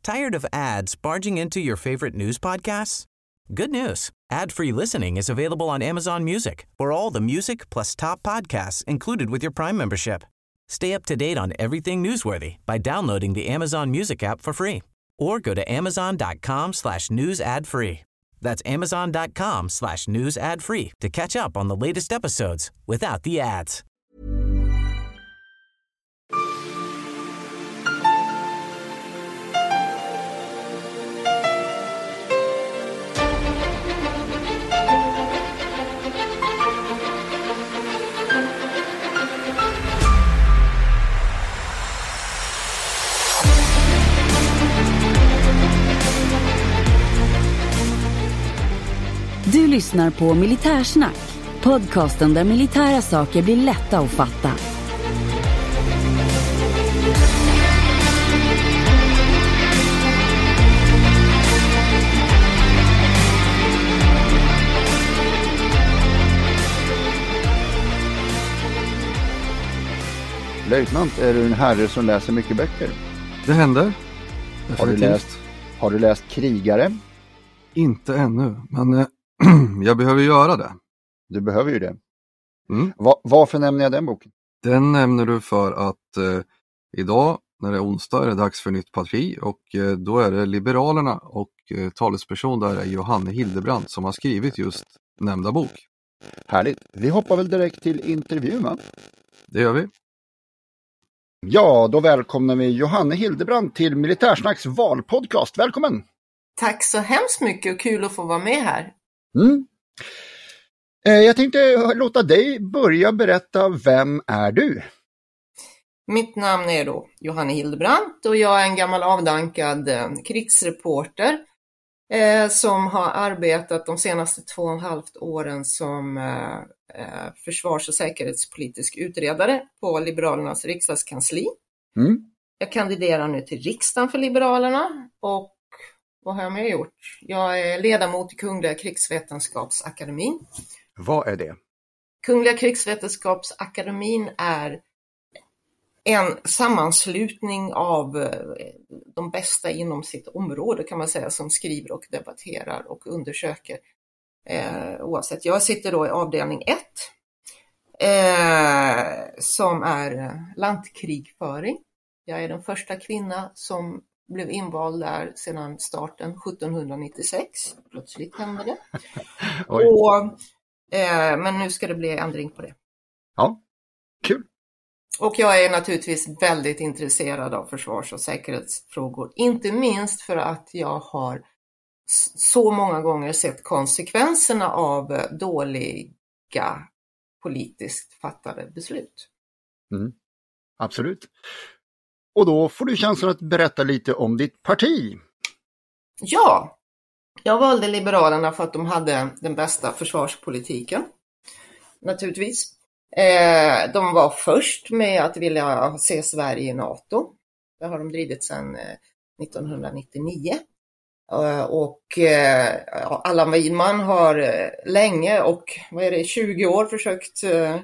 Tired of ads barging into your favorite news podcasts? Good news. Ad-free listening is available on Amazon Music for all the music plus top podcasts included with your Prime membership. Stay up to date on everything newsworthy by downloading the Amazon Music app for free or go to amazon.com/news ad free. That's amazon.com/news ad free to catch up on the latest episodes without the ads. Du lyssnar på Militärsnack, podcasten där militära saker blir lätta att fatta. Löjtnant, är du en herre som läser mycket böcker? Det händer. Har du läst Krigare? Inte ännu, men jag behöver göra det. Du behöver ju det. Varför nämner jag den boken? Den nämner du för att idag när det är onsdag är det dags för nytt parti och då är det Liberalerna och talesperson där är Johanne Hildebrandt som har skrivit just nämnda bok. Härligt. Vi hoppar väl direkt till intervjun, va? Det gör vi. Ja, då välkomnar vi Johanne Hildebrandt till Militärsnacks valpodcast. Välkommen! Tack så hemskt mycket och kul att få vara med här. Jag tänkte låta dig börja berätta, vem är du? Mitt namn är då Johanne Hildebrandt och jag är en gammal avdankad krigsreporter som har arbetat de senaste 2,5 åren som försvars- och säkerhetspolitisk utredare på Liberalernas riksdagskansli. Jag kandiderar nu till riksdagen för Liberalerna och vad har jag med gjort? Jag är ledamot i Kungliga krigsvetenskapsakademin. Vad är det? Kungliga krigsvetenskapsakademin är en sammanslutning av de bästa inom sitt område kan man säga, som skriver och debatterar och undersöker oavsett. Jag sitter då i avdelning 1 som är landkrigföring. Jag är den första kvinna som blev invald där sedan starten 1796. Plötsligt hände det. Men nu ska det bli ändring på det. Ja, kul. Och jag är naturligtvis väldigt intresserad av försvars- och säkerhetsfrågor. Inte minst för att jag har så många gånger sett konsekvenserna av dåliga politiskt fattade beslut. Absolut. Och då får du chansen att berätta lite om ditt parti. Ja, jag valde Liberalerna för att de hade den bästa försvarspolitiken. Naturligtvis. De var först med att vilja se Sverige i NATO. Det har de drivit sedan 1999. Och Allan Widman har länge och 20 år försökt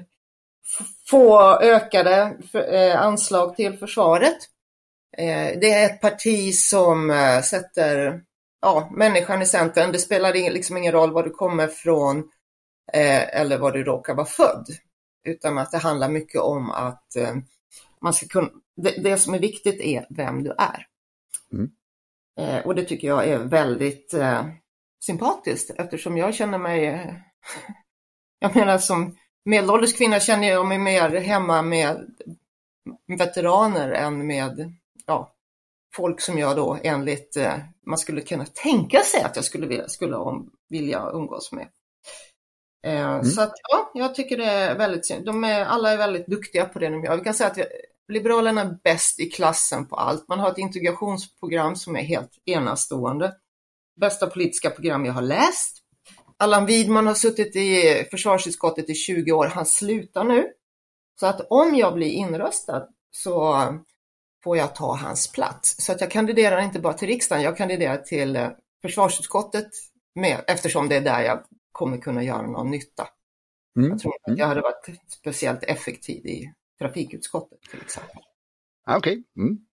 få ökade anslag till försvaret. Det är ett parti som sätter människan i centrum. Det spelar liksom ingen roll var du kommer från eller var du råkar vara född. Utan att det handlar mycket om att man ska kunna, det som är viktigt är vem du är. Och det tycker jag är väldigt sympatiskt eftersom jag känner mig, jag menar som medelålders kvinna känner jag mig mer hemma med veteraner än med folk som jag då enligt man skulle kunna tänka sig att jag skulle vilja umgås med. Så att jag tycker det är väldigt synd. Alla är väldigt duktiga på det de gör. Vi kan säga att Liberalerna är bäst i klassen på allt. Man har ett integrationsprogram som är helt enastående. Bästa politiska program jag har läst. Allan Widman har suttit i försvarsutskottet i 20 år. Han slutar nu. Så att om jag blir inröstad så får jag ta hans plats. Så att jag kandiderar inte bara till riksdagen. Jag kandiderar till försvarsutskottet eftersom det är där jag kommer kunna göra någon nytta. Jag tror att jag hade varit speciellt effektiv i trafikutskottet till exempel. Okej.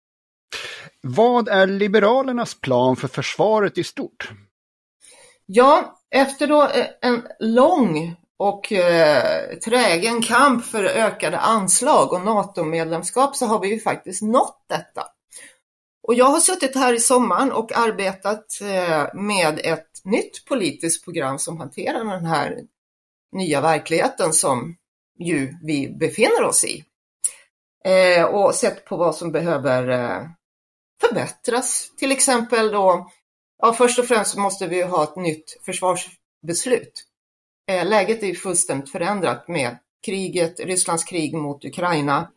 Vad är Liberalernas plan för försvaret i stort? Ja, efter då en lång och trägen kamp för ökade anslag och NATO-medlemskap så har vi ju faktiskt nått detta. Och jag har suttit här i sommaren och arbetat med ett nytt politiskt program som hanterar den här nya verkligheten som ju vi befinner oss i. Och sett på vad som behöver förbättras. Till exempel då, ja, först och främst så måste vi ha ett nytt försvarsbeslut. Läget är ju fullständigt förändrat med kriget, Rysslands krig mot Ukraina,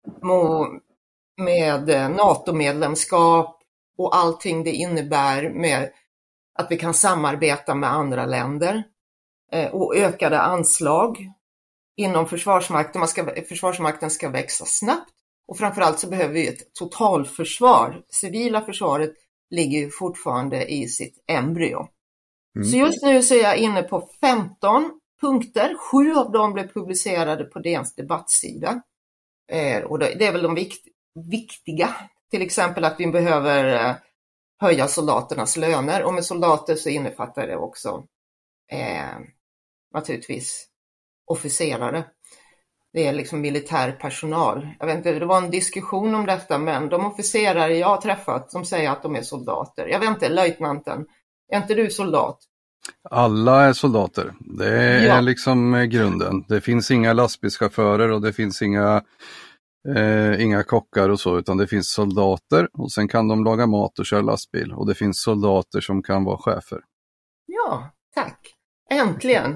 med NATO-medlemskap och allting det innebär med att vi kan samarbeta med andra länder och ökade anslag inom Försvarsmakten. Försvarsmakten ska växa snabbt och framförallt så behöver vi ett totalförsvar. Civila försvaret ligger ju fortfarande i sitt embryo. Så just nu så är jag inne på 15 punkter. 7 av dem blev publicerade på DNs debattsida. Och det är väl de viktiga. Till exempel att vi behöver höja soldaternas löner. Och med soldater så innefattar det också naturligtvis officerare. Det är liksom militär personal. Jag vet inte, det var en diskussion om detta, men de officerare jag har träffat som säger att de är soldater. Jag vet inte, löjtnanten, är inte du soldat? Alla är soldater. Det är liksom grunden. Det finns inga lastbilschaufförer och det finns inga kockar och så, utan det finns soldater och sen kan de laga mat och köra lastbil. Och det finns soldater som kan vara chefer. Ja, tack. Äntligen.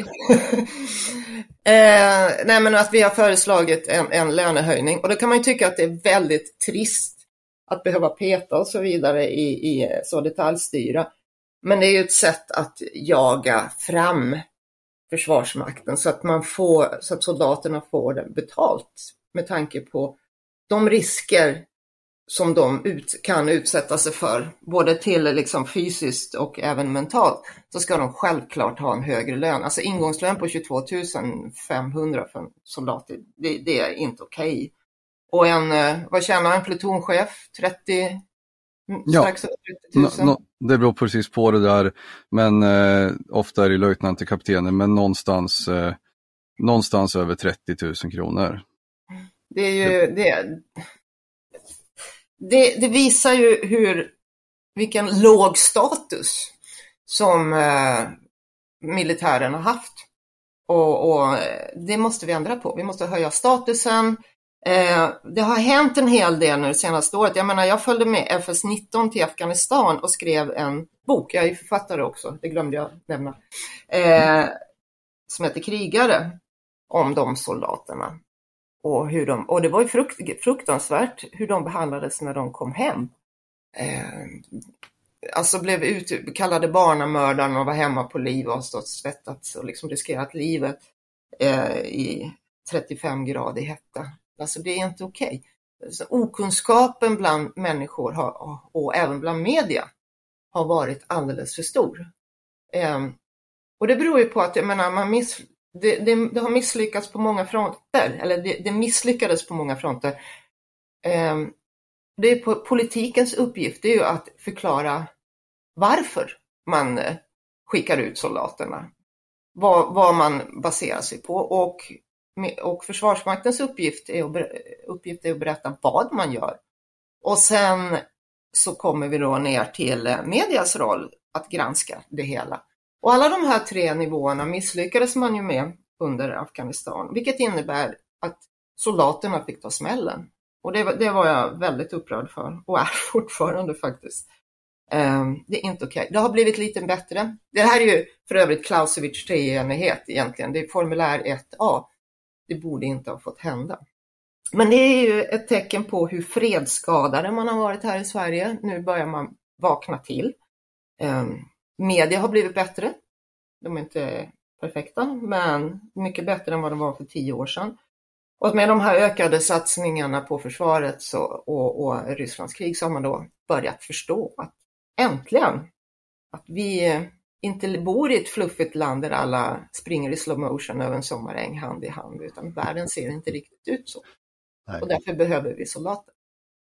Nej, men att vi har föreslagit en lönehöjning. Och då kan man ju tycka att det är väldigt trist att behöva peta och så vidare i så detaljstyra. Men det är ju ett sätt att jaga fram Försvarsmakten så att soldaterna får det betalt med tanke på de risker som de kan utsätta sig för, både till liksom fysiskt och även mentalt, så ska de självklart ha en högre lön. Alltså ingångslön på 22 500 för en soldat, det är inte okej. Och vad tjänar en plutonchef? 30? Strax över 30 000? Det beror precis på det där, men ofta är det löjtnant till kaptenen, men någonstans över 30 000 kronor. Det är ju det visar ju vilken låg status som militären har haft. Och det måste vi ändra på. Vi måste höja statusen. Det har hänt en hel del nu det senaste året. Jag menar, jag följde med FS-19 till Afghanistan och skrev en bok. Jag är författare också, det glömde jag nämna. Som heter Krigare, om de soldaterna. Och det var ju fruktansvärt hur de behandlades när de kom hem. Alltså blev kallade barnamördaren och var hemma på liv och har stått svettats och liksom riskerat livet i 35 grader hetta. Alltså det är inte okej. Så okunskapen bland människor och även bland media har varit alldeles för stor. Och det beror ju på att, jag menar, det har misslyckats på många fronter, eller det misslyckades på många fronter. Det är politikens uppgift, det är ju att förklara varför man skickar ut soldaterna. Vad man baserar sig på. Och Försvarsmaktens uppgift är att berätta vad man gör. Och sen så kommer vi då ner till medias roll att granska det hela. Och alla de här 3 nivåerna misslyckades man ju med under Afghanistan. Vilket innebär att soldaterna fick ta smällen. Och det var jag väldigt upprörd för. Och är fortfarande faktiskt. Det är inte okej. Det har blivit lite bättre. Det här är ju för övrigt Clausewitz treenighet egentligen. Det är formulär 1A. Det borde inte ha fått hända. Men det är ju ett tecken på hur fredsskadade man har varit här i Sverige. Nu börjar man vakna till. Media har blivit bättre. De är inte perfekta, men mycket bättre än vad de var för 10 år sedan. Och med de här ökade satsningarna på försvaret och Rysslands krig så har man då börjat förstå att äntligen att vi inte bor i ett fluffigt land där alla springer i slow motion över en sommaräng hand i hand, utan världen ser inte riktigt ut så. Nej. Och därför behöver vi soldater.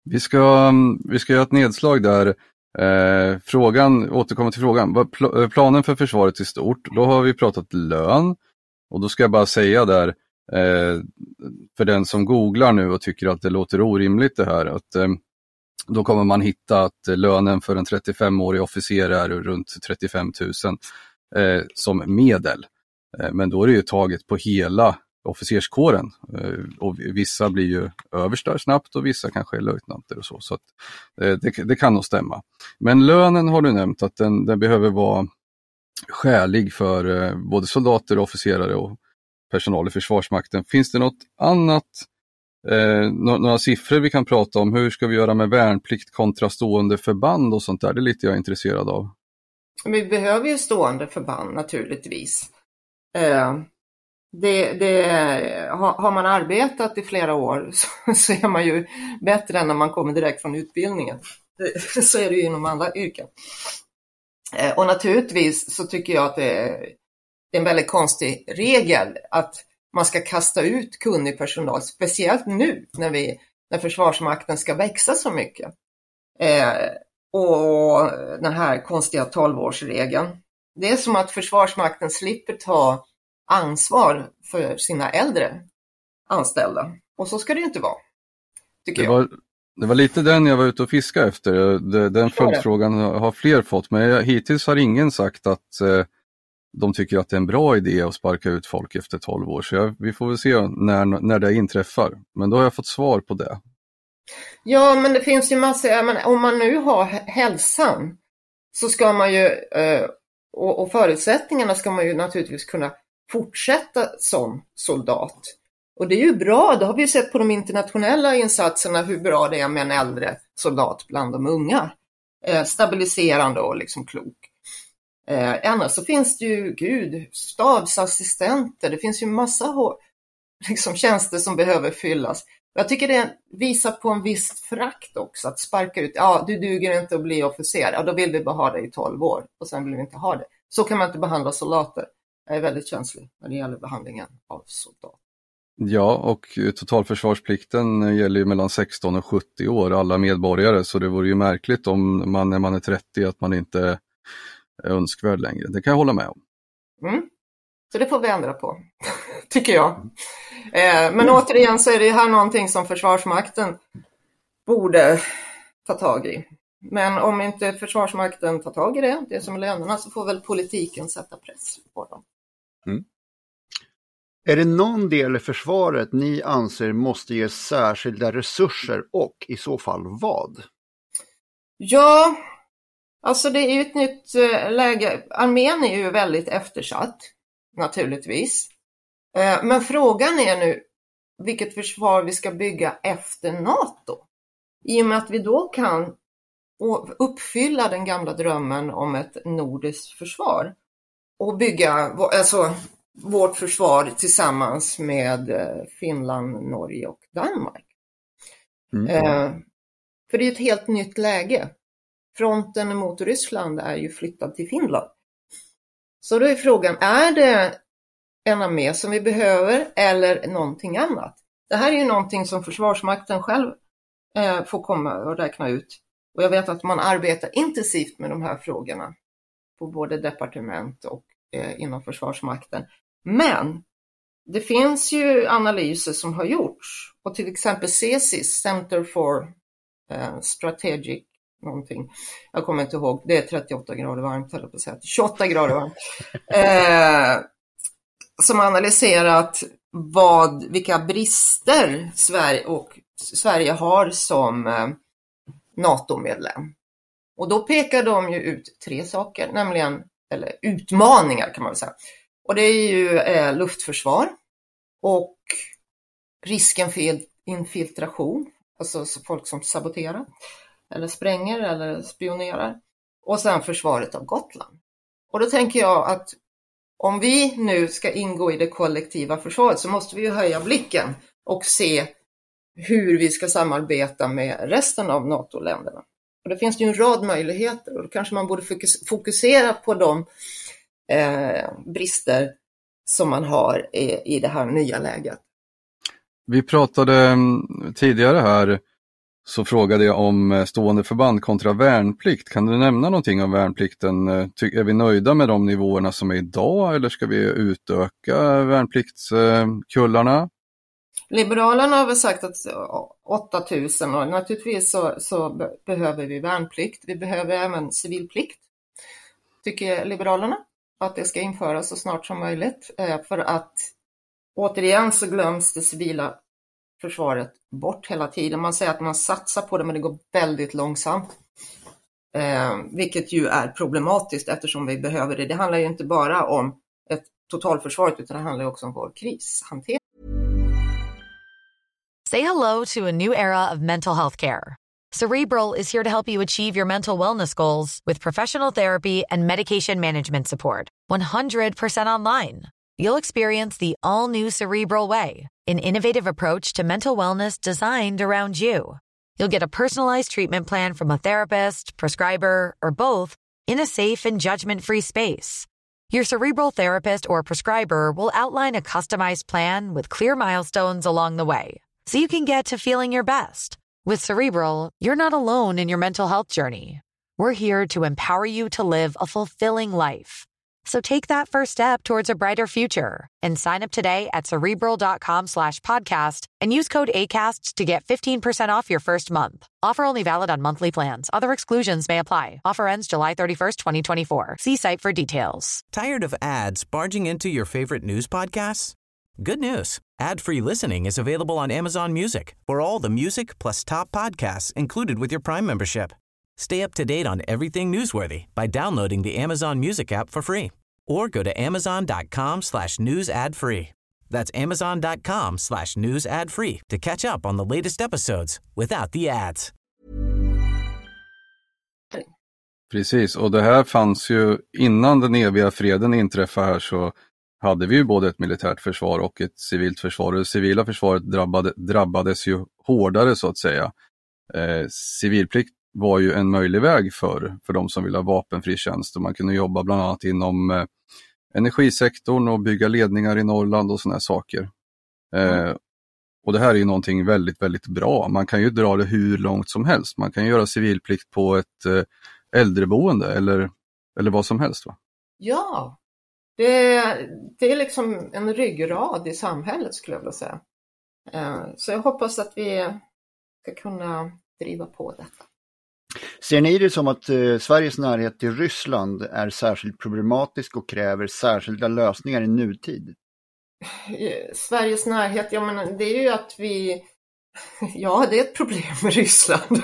Vi ska göra ett nedslag där. Återkommer till frågan. Planen för försvaret i stort. Då har vi pratat lön. Och då ska jag bara säga där, för den som googlar nu och tycker att det låter orimligt det här, att då kommer man hitta att lönen för en 35-årig officer är runt 35 000 som medel. Men då är det ju taget på hela officerskåren. Och vissa blir ju överstar snabbt och vissa kanske är löjtnanter och så. Så att, det kan nog stämma. Men lönen har du nämnt att den behöver vara skälig för både soldater, officerare och personal i Försvarsmakten. Finns det något annat, några siffror vi kan prata om? Hur ska vi göra med värnplikt kontra stående förband och sånt där? Det är lite jag är intresserad av. Vi behöver ju stående förband naturligtvis. Har man arbetat i flera år så är man ju bättre än när man kommer direkt från utbildningen. Så är det ju inom alla yrken. Och naturligtvis så tycker jag att det är en väldigt konstig regel att man ska kasta ut kunnig personal, speciellt nu när Försvarsmakten ska växa så mycket. Och den här konstiga 12-årsregeln. Det är som att Försvarsmakten slipper ta ansvar för sina äldre anställda. Och så ska det ju inte vara, tycker jag. Det var lite den jag var ute och fiskade efter. Den följdfrågan har fler fått. Men hittills har ingen sagt att de tycker att det är en bra idé att sparka ut folk efter 12 år. Så vi får väl se när det inträffar. Men då har jag fått svar på det. Ja, men det finns ju massor. Om man nu har hälsan så ska man ju, och förutsättningarna ska man ju naturligtvis kunna fortsätta som soldat. Och det är ju bra, det har vi sett på de internationella insatserna hur bra det är med en äldre soldat bland de unga. Stabiliserande och liksom klok. Annars så finns det ju, stabsassistenter, det finns ju massa liksom, tjänster som behöver fyllas. Jag tycker det visar på en viss frakt också, att sparka ut, du duger inte att bli officer, då vill vi bara ha dig i 12 år och sen vill vi inte ha det. Så kan man inte behandla soldater. Jag är väldigt känslig när det gäller behandlingen av soldater. Ja, och totalförsvarsplikten gäller ju mellan 16 och 70 år, alla medborgare, så det vore ju märkligt om man när man är 30 att man inte är önskvärd längre. Det kan jag hålla med om. Så det får vi ändra på, tycker jag. Men återigen så är det här någonting som Försvarsmakten borde ta tag i. Men om inte Försvarsmakten tar tag i det som är lönerna, så får väl politiken sätta press på dem. Är det någon del i försvaret ni anser måste ge särskilda resurser och i så fall vad? Ja, alltså det är ju ett nytt läge. Armén är ju väldigt eftersatt, naturligtvis. Men frågan är nu vilket försvar vi ska bygga efter NATO. I och med att vi då kan uppfylla den gamla drömmen om ett nordiskt försvar. Och bygga vårt försvar tillsammans med Finland, Norge och Danmark. För det är ett helt nytt läge. Fronten mot Ryssland är ju flyttad till Finland. Så då är frågan, är det en armé som vi behöver eller någonting annat? Det här är ju någonting som Försvarsmakten själv får komma och räkna ut. Och jag vet att man arbetar intensivt med de här frågorna på både departement och inom Försvarsmakten. Men det finns ju analyser som har gjorts. Och till exempel CSIS, Center for Strategic någonting. Jag kommer inte ihåg, det är 38 grader varmt, eller på sätt 28 grader varmt. Som analyserat vilka brister Sverige har som NATO-medlem. Och då pekar de ju ut 3 saker, nämligen, eller utmaningar kan man väl säga. Och det är ju luftförsvar och risken för infiltration, alltså folk som saboterar eller spränger eller spionerar. Och sen försvaret av Gotland. Och då tänker jag att om vi nu ska ingå i det kollektiva försvaret så måste vi ju höja blicken och se hur vi ska samarbeta med resten av NATO-länderna. Och det finns ju en rad möjligheter och då kanske man borde fokusera på de brister som man har i det här nya läget. Vi pratade tidigare här så frågade jag om stående förband kontra värnplikt. Kan du nämna någonting om värnplikten? Är vi nöjda med de nivåerna som är idag eller ska vi utöka värnpliktskullarna? Liberalerna har väl sagt att 8000 och naturligtvis så behöver vi värnplikt. Vi behöver även civilplikt, tycker Liberalerna, att det ska införas så snart som möjligt. För att återigen så glöms det civila försvaret bort hela tiden. Man säger att man satsar på det men det går väldigt långsamt. Vilket ju är problematiskt eftersom vi behöver det. Det handlar ju inte bara om ett totalförsvar utan det handlar också om vår krishantering. Say hello to a new era of mental health care. Cerebral is here to help you achieve your mental wellness goals with professional therapy and medication management support. 100% online. You'll experience the all-new Cerebral Way, an innovative approach to mental wellness designed around you. You'll get a personalized treatment plan from a therapist, prescriber, or both in a safe and judgment-free space. Your Cerebral therapist or prescriber will outline a customized plan with clear milestones along the way, so you can get to feeling your best. With Cerebral, you're not alone in your mental health journey. We're here to empower you to live a fulfilling life. So take that first step towards a brighter future and sign up today at Cerebral.com/podcast and use code ACAST to get 15% off your first month. Offer only valid on monthly plans. Other exclusions may apply. Offer ends July 31st, 2024. See site for details. Tired of ads barging into your favorite news podcasts? Good news. Ad-free listening is available on Amazon Music for all the music plus top podcasts included with your Prime membership. Stay up to date on everything newsworthy by downloading the Amazon Music app for free or go to amazon.com/news ad free. That's amazon.com/news ad free to catch up on the latest episodes without the ads. Precis, och det här fanns ju innan den eviga freden inträffade här så hade vi ju både ett militärt försvar och ett civilt försvar. Och det civila försvaret drabbades ju hårdare så att säga. Civilplikt var ju en möjlig väg för de som vill ha vapenfri tjänst. Och man kunde jobba bland annat inom energisektorn och bygga ledningar i Norrland och såna här saker. Och det här är ju någonting väldigt, väldigt bra. Man kan ju dra det hur långt som helst. Man kan ju göra civilplikt på ett äldreboende eller vad som helst, va? Ja, det är liksom en ryggrad i samhället skulle jag vilja säga. Så jag hoppas att vi ska kunna driva på detta. Ser ni det som att Sveriges närhet till Ryssland är särskilt problematisk och kräver särskilda lösningar i nutid? Sveriges närhet, ja men det är ju att ja det är ett problem med Ryssland.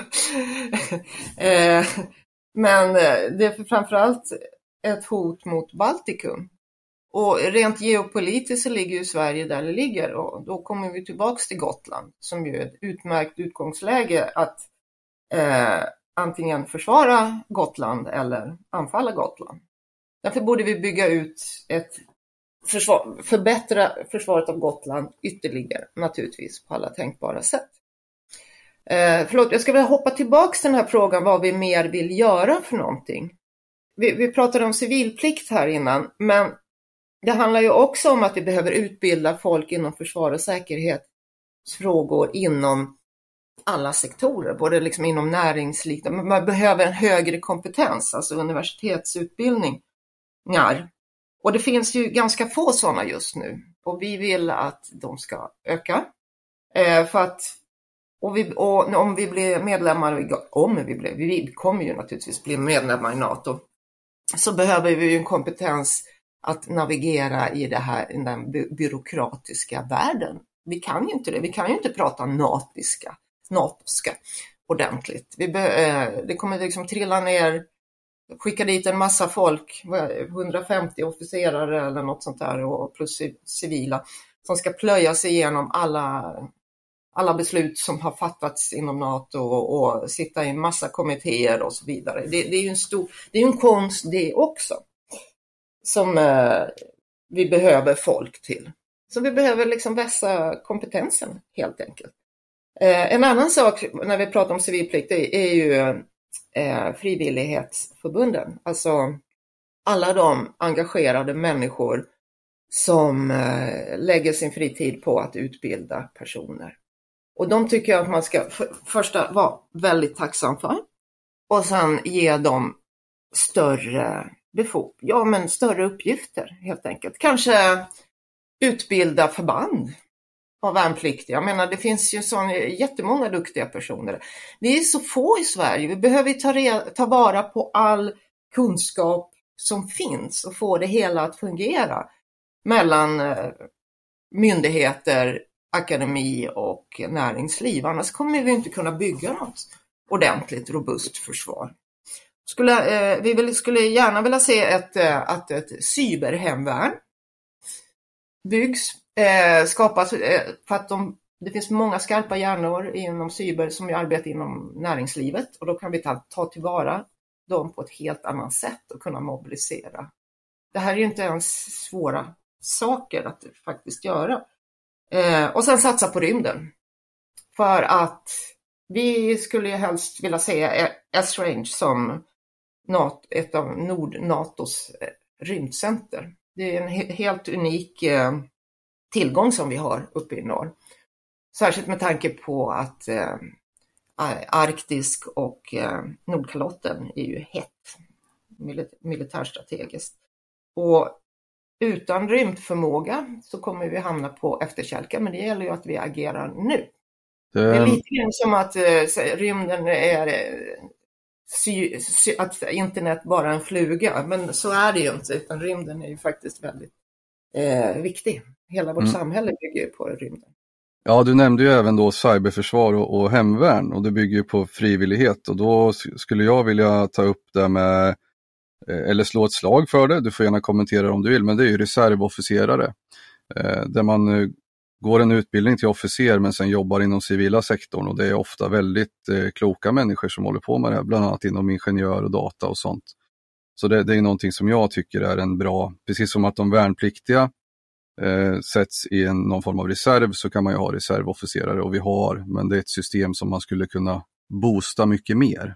Men det är framförallt ett hot mot Baltikum. Och rent geopolitiskt så ligger ju Sverige där det ligger och då kommer vi tillbaks till Gotland som ju är ett utmärkt utgångsläge att antingen försvara Gotland eller anfalla Gotland. Därför borde vi bygga ut förbättra försvaret av Gotland ytterligare naturligtvis på alla tänkbara sätt. Jag ska väl hoppa tillbaks till den här frågan vad vi mer vill göra för någonting. Vi pratade om civilplikt här innan, men det handlar ju också om att vi behöver utbilda folk inom försvar och säkerhetsfrågor inom alla sektorer, både liksom inom näringsliv. Man behöver en högre kompetens, alltså universitetsutbildningar. Och det finns ju ganska få sådana just nu. Och vi vill att de ska öka. Om vi blir medlemmar, vi kommer ju naturligtvis bli medlemmar i NATO, så behöver vi ju en kompetens att navigera i den byråkratiska världen. Vi kan ju inte det. Vi kan ju inte prata natiska ordentligt. Det kommer liksom trilla ner, skicka dit en massa folk, 150 officerare eller något sånt där och plus civila som ska plöja sig igenom alla beslut som har fattats inom NATO och sitta i en massa kommittéer och så vidare. Det är ju en konst det också som vi behöver folk till. Så vi behöver liksom vässa kompetensen helt enkelt. En annan sak när vi pratar om civilplikt är ju frivillighetsförbunden. Alltså alla de engagerade människor som lägger sin fritid på att utbilda personer. Och de tycker jag att man ska första vara väldigt tacksam för. Och sen ge dem större större uppgifter helt enkelt. Kanske utbilda förband av värnpliktiga. Jag menar, det finns ju jättemånga duktiga personer. Vi är så få i Sverige. Vi behöver ta vara på all kunskap som finns och få det hela att fungera mellan myndigheter, akademi och näringsliv. Annars kommer vi inte kunna bygga något ordentligt robust försvar. Vi skulle gärna vilja se att ett cyberhemvärn byggs, skapas, för att det finns många skarpa hjärnor inom cyber som arbetar inom näringslivet, och då kan vi ta tillvara dem på ett helt annat sätt och kunna mobilisera. Det här är ju inte ens svåra saker att faktiskt göra. Och sen satsa på rymden. För att vi skulle ju helst vilja se Esrange som ett av Nord-NATOs rymdcenter. Det är en helt unik tillgång som vi har uppe i norr. Särskilt med tanke på att Arktis och Nordkalotten är ju hett militärstrategiskt. Och utan rymdförmåga så kommer vi hamna på efterkälken, men det gäller ju att vi agerar nu. Det är lite som att rymden är att internet bara är en fluga, men så är det ju inte, utan rymden är ju faktiskt väldigt viktig. Hela vårt samhälle bygger ju på rymden. Ja, du nämnde ju även då cyberförsvar och hemvärn, och det bygger ju på frivillighet, och då skulle jag vilja ta upp det med, eller slå ett slag för det, du får gärna kommentera om du vill, men det är ju reservofficerare, där man går en utbildning till officer men sen jobbar inom civila sektorn, och det är ofta väldigt kloka människor som håller på med det här, bland annat inom ingenjör och data och sånt. Så det är någonting som jag tycker är en bra, precis som att de värnpliktiga sätts i någon form av reserv, så kan man ju ha reservofficerare, och vi har, men det är ett system som man skulle kunna boosta mycket mer.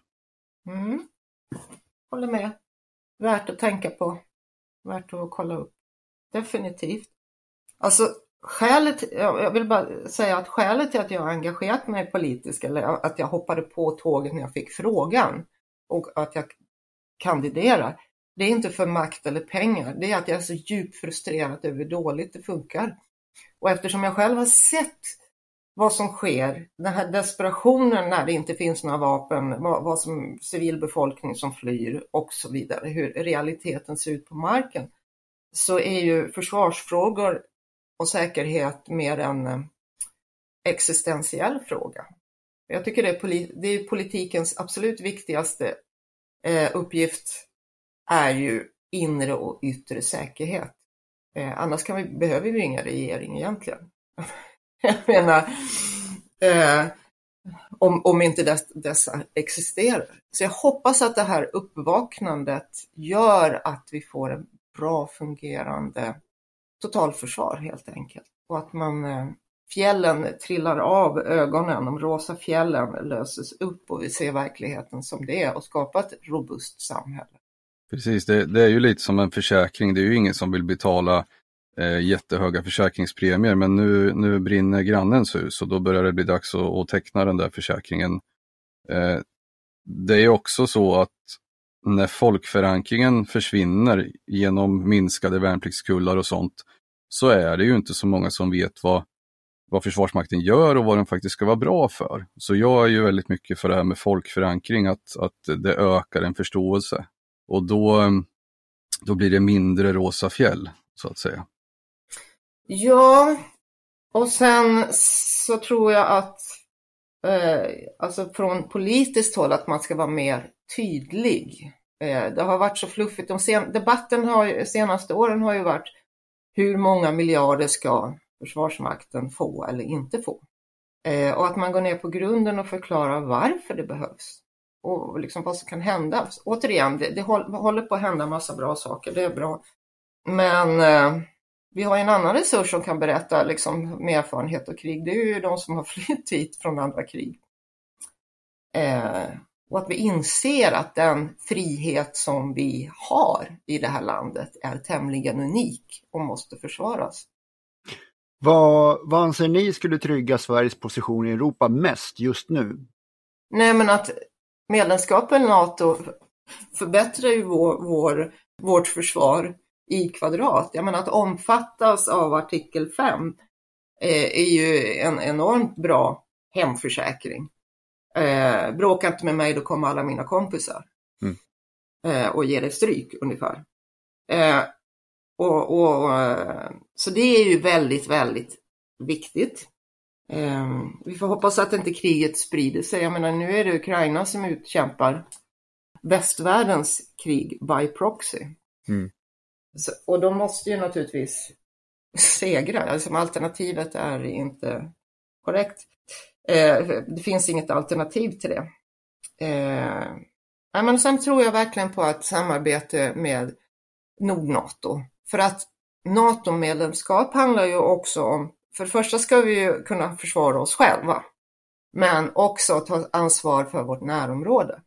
Håller med. Värt att tänka på. Värt att kolla upp. Definitivt. Alltså jag vill bara säga att skälet till att jag har engagerat mig politiskt, eller att jag hoppade på tåget när jag fick frågan och att jag kandiderar, det är inte för makt eller pengar. Det är att jag är så djupt frustrerad över hur dåligt det funkar. Och eftersom jag själv har sett vad som sker, den här desperationen när det inte finns några vapen, vad som civilbefolkning som flyr och så vidare, hur realiteten ser ut på marken, så är ju försvarsfrågor och säkerhet mer en existentiell fråga. Jag tycker det är politikens absolut viktigaste uppgift är ju inre och yttre säkerhet. Annars behöver vi ingen regering egentligen. Jag menar, om inte dessa existerar. Så jag hoppas att det här uppvaknandet gör att vi får en bra fungerande totalförsvar helt enkelt. Och att fjällen trillar av ögonen, de rosa fjällen löses upp och vi ser verkligheten som det är och skapar ett robust samhälle. Precis, det är ju lite som en försäkring. Det är ju ingen som vill betala jättehöga försäkringspremier, men nu brinner grannens hus och då börjar det bli dags att teckna den där försäkringen. Det är också så att när folkförankringen försvinner genom minskade värnpliktskullar och sånt, så är det ju inte så många som vet vad Försvarsmakten gör och vad den faktiskt ska vara bra för. Så jag är ju väldigt mycket för det här med folkförankring, att det ökar en förståelse. Och då blir det mindre rosa fjäll, så att säga. Ja, och sen så tror jag att alltså från politiskt håll att man ska vara mer tydlig. Det har varit så fluffigt. Debatten senaste åren har ju varit hur många miljarder ska Försvarsmakten få eller inte få. Och att man går ner på grunden och förklarar varför det behövs. Och liksom vad som kan hända. Återigen, det håller på att hända en massa bra saker, det är bra. Men vi har en annan resurs som kan berätta liksom, med erfarenhet och krig. Det är ju de som har flytt hit från andra krig. Och att vi inser att den frihet som vi har i det här landet är tämligen unik och måste försvaras. Vad anser ni skulle trygga Sveriges position i Europa mest just nu? Nej, men att medlemskapet i NATO förbättrar ju vårt försvar i kvadrat. Jag menar att omfattas av artikel 5 är ju en enormt bra hemförsäkring. Bråka inte med mig, då kommer alla mina kompisar. Och ger dig stryk ungefär. Så det är ju väldigt, väldigt viktigt. Vi får hoppas att inte kriget sprider sig. Jag menar, nu är det Ukraina som utkämpar västvärldens krig by proxy. Och de måste ju naturligtvis segra. Alltså, alternativet är inte korrekt. Det finns inget alternativ till det. Men sen tror jag verkligen på ett samarbete med Nord-NATO. För att NATO-medlemskap handlar ju också om, för det första ska vi ju kunna försvara oss själva, men också ta ansvar för vårt närområde.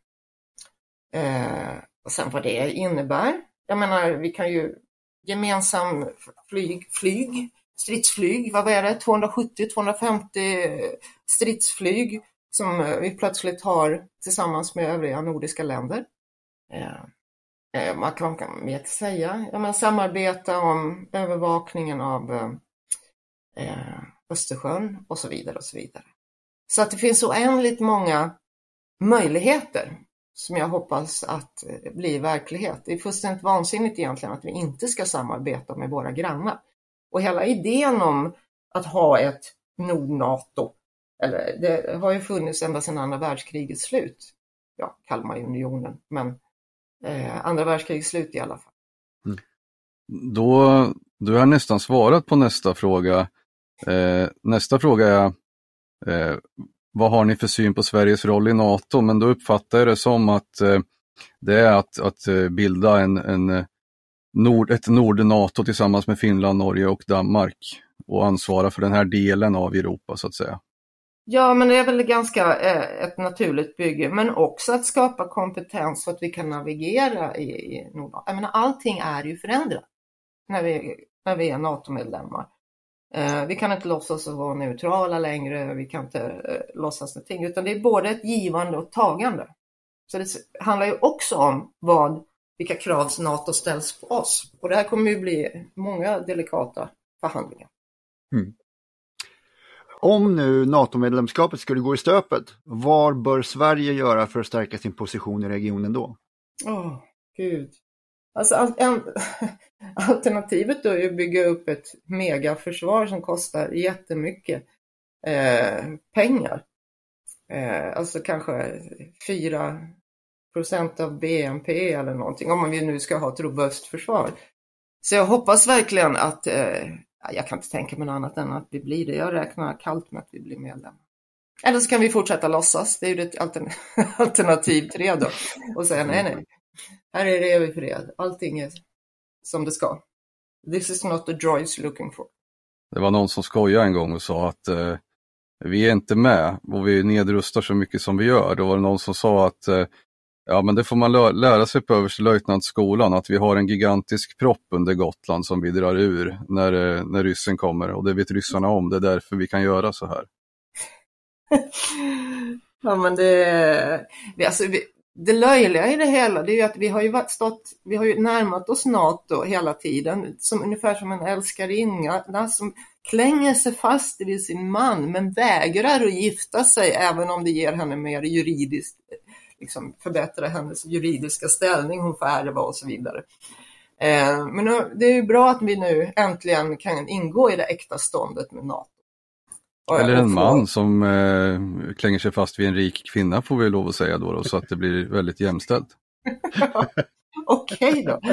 Och sen vad det innebär. Jag menar, vi kan ju gemensam stridsflyg, vad är det? 270-250 stridsflyg som vi plötsligt har tillsammans med övriga nordiska länder. Man kan mer säga, samarbeta om övervakningen av Östersjön och så vidare och så vidare. Så att det finns oändligt många möjligheter som jag hoppas att blir verklighet. Det är fullständigt vansinnigt egentligen att vi inte ska samarbeta med våra grannar. Och hela idén om att ha ett Nord-NATO, eller det har ju funnits ända sedan andra världskrigets slut. Ja, Kalmarunionen, men andra världskrigets slut i alla fall. Då, du har nästan svarat på nästa fråga. Nästa fråga är vad har ni för syn på Sveriges roll i NATO? Men då uppfattar jag det som att det är att bilda ett Nord-NATO tillsammans med Finland, Norge och Danmark och ansvara för den här delen av Europa så att säga. Ja, men det är väl ganska ett naturligt bygge, men också att skapa kompetens så att vi kan navigera i Nord-NATO. Jag menar, allting är ju förändrat när vi är NATO-medlemmar. Vi kan inte låtsas att vara neutrala längre, vi kan inte låtsas någonting, utan det är både ett givande och tagande. Så det handlar ju också om vilka krav NATO ställs på oss. Och det här kommer ju bli många delikata förhandlingar. Om nu NATO-medlemskapet skulle gå i stöpet, vad bör Sverige göra för att stärka sin position i regionen då? Gud. Alltså alternativet då är att bygga upp ett megaförsvar som kostar jättemycket pengar. Alltså kanske 4% av BNP eller någonting, om vi nu ska ha ett robust försvar. Så jag hoppas verkligen att jag kan inte tänka mig något annat än att vi blir det. Jag räknar kallt med att vi blir medlemmar. Eller så kan vi fortsätta låtsas. Det är ju ett alternativ till det då. Och säga nej. Här är det evig fred. Allting är som det ska. This is not the joy you're looking for. Det var någon som skojade en gång och sa att vi är inte med och vi nedrustar så mycket som vi gör. Då var det någon som sa att ja, men det får man lära sig på överstelöjtnantsskolan, att vi har en gigantisk propp under Gotland som vi drar ur när ryssen kommer, och det vet ryssarna om, det är därför vi kan göra så här. Ja, men det löjliga i det hela, det är ju att vi har ju närmat oss NATO hela tiden, ungefär som en älskarinna som klänger sig fast vid sin man men vägrar att gifta sig även om det ger henne mer juridiskt, liksom förbättra hennes juridiska ställning, hon får ärva och så vidare. Men det är ju bra att vi nu äntligen kan ingå i det äkta ståndet med NATO. Eller en man som klänger sig fast vid en rik kvinna, får vi lov att säga då, så att det blir väldigt jämställt. Okej då.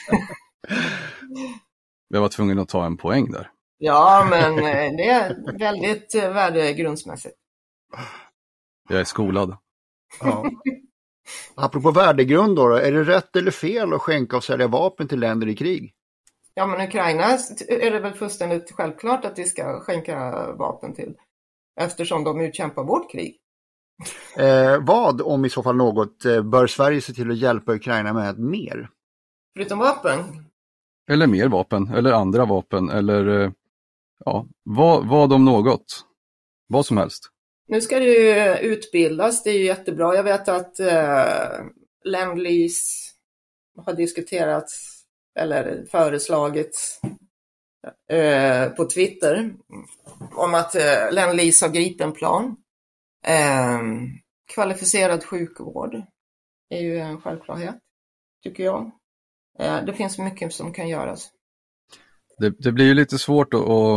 Jag var tvungen att ta en poäng där. Ja, men det är väldigt värdegrundsmässigt. Jag är skolad. Ja. Apropå värdegrund då, är det rätt eller fel att skänka och sälja vapen till länder i krig? Ja, men Ukraina är det väl fullständigt självklart att vi ska skänka vapen till, eftersom de utkämpar vårt krig. Vad, om i så fall något, bör Sverige se till att hjälpa Ukraina med mer? Förutom vapen? Eller mer vapen, eller andra vapen, eller Ja, vad om något? Vad som helst. Nu ska det ju utbildas, det är ju jättebra. Jag vet att Lend-Lease har diskuterats eller föreslagits på Twitter om att Lend-Lease har Gripenplan. Kvalificerad sjukvård är ju en självklarhet, tycker jag. Det finns mycket som kan göras. Det blir ju lite svårt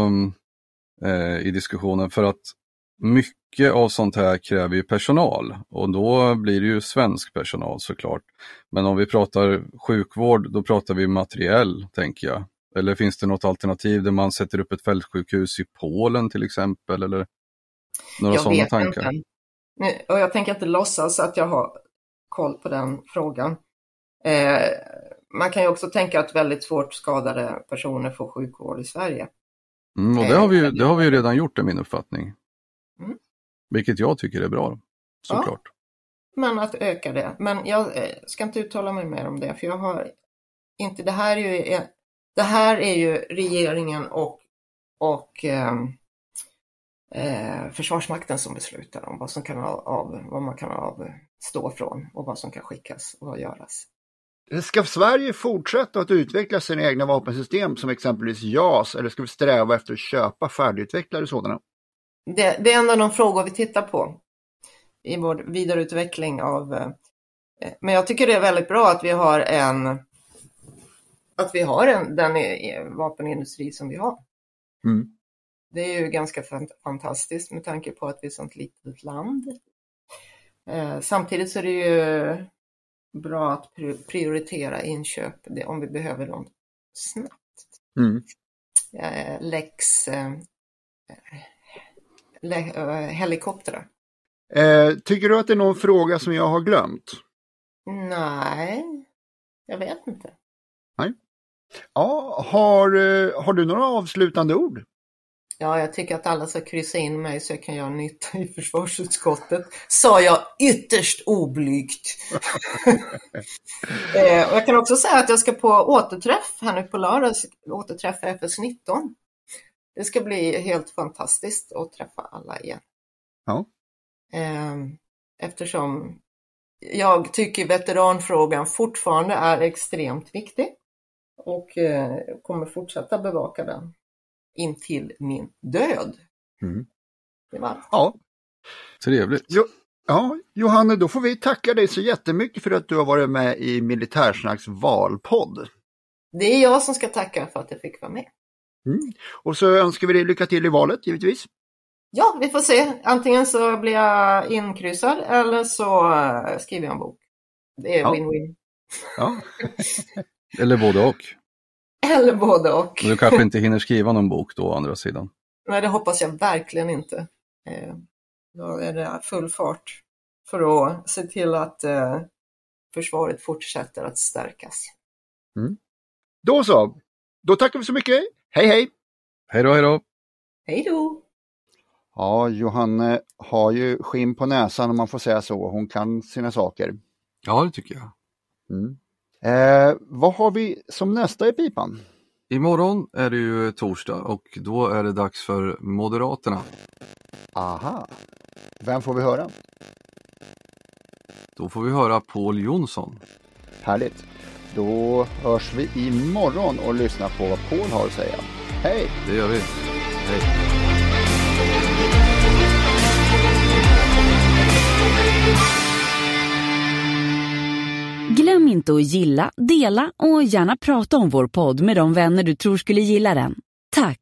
i diskussionen för att mycket av sånt här kräver ju personal och då blir det ju svensk personal såklart. Men om vi pratar sjukvård, då pratar vi materiell, tänker jag. Eller finns det något alternativ där man sätter upp ett fältsjukhus i Polen till exempel? Eller några sådana tankar? Inte. Och jag tänker inte låtsas att jag har koll på den frågan. Man kan ju också tänka att väldigt svårt skadade personer får sjukvård i Sverige. Och det har vi ju redan gjort, är min uppfattning. Vilket jag tycker är bra, såklart. Ja, men att öka det. Men jag ska inte uttala mig mer om det, för jag har inte... Det här är ju regeringen och Försvarsmakten som beslutar om vad som kan vad man kan avstå från och vad som kan skickas och vad göras. Ska Sverige fortsätta att utveckla sina egna vapensystem som exempelvis JAS, eller ska vi sträva efter att köpa färdigutvecklade sådana? Det är en av de frågor vi tittar på i vår vidareutveckling av... Men jag tycker det är väldigt bra att vi har den vapenindustri som vi har. Mm. Det är ju ganska fantastiskt med tanke på att vi är ett sånt litet land. Samtidigt så är det ju bra att prioritera inköp om vi behöver dem snabbt. Helikoptrar. Tycker du att det är någon fråga som jag har glömt? Nej, jag vet inte. Nej. Ja, har du några avslutande ord? Ja, jag tycker att alla ska kryssa in mig så jag kan göra nytta i försvarsutskottet. Sa jag ytterst oblygt. Och jag kan också säga att jag ska på återträff här nu på lördag, återträffa FS19. Det ska bli helt fantastiskt att träffa alla igen. Ja. Eftersom jag tycker veteranfrågan fortfarande är extremt viktig. Och kommer fortsätta bevaka den intill min död. Det var. Ja. Trevligt. Johanne, då får vi tacka dig så jättemycket för att du har varit med i Militärsnacks valpodd. Det är jag som ska tacka för att jag fick vara med. Och så önskar vi dig lycka till i valet, givetvis. Ja, vi får se. Antingen så blir jag inkryssad eller så skriver jag en bok. Det är win-win. Ja. Eller både och. Eller både och. Men du kanske inte hinner skriva någon bok då, å andra sidan. Nej, det hoppas jag verkligen inte. Då är det full fart för att se till att försvaret fortsätter att stärkas. Då så. Då tackar vi så mycket. Hej hej! Hej då, hej då! Hej då! Ja, Johanne har ju skinn på näsan om man får säga så. Hon kan sina saker. Ja, det tycker jag. Vad har vi som nästa i pipan? Imorgon är det ju torsdag och då är det dags för Moderaterna. Aha. Vem får vi höra? Då får vi höra Pål Jonsson. Härligt. Då hörs vi imorgon och lyssnar på vad Pål har att säga. Hej! Det gör vi. Hej! Glöm inte att gilla, dela och gärna prata om vår podd med de vänner du tror skulle gilla den. Tack!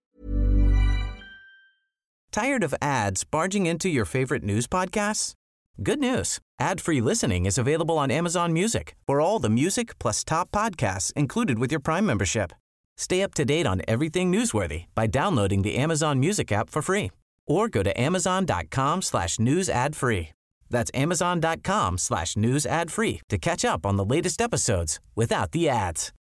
Tired of ads barging into your favorite news podcasts? Good news. Ad-free listening is available on Amazon Music for all the music plus top podcasts included with your Prime membership. Stay up to date on everything newsworthy by downloading the Amazon Music app for free or go to amazon.com/news ad free. That's amazon.com/news ad free to catch up on the latest episodes without the ads.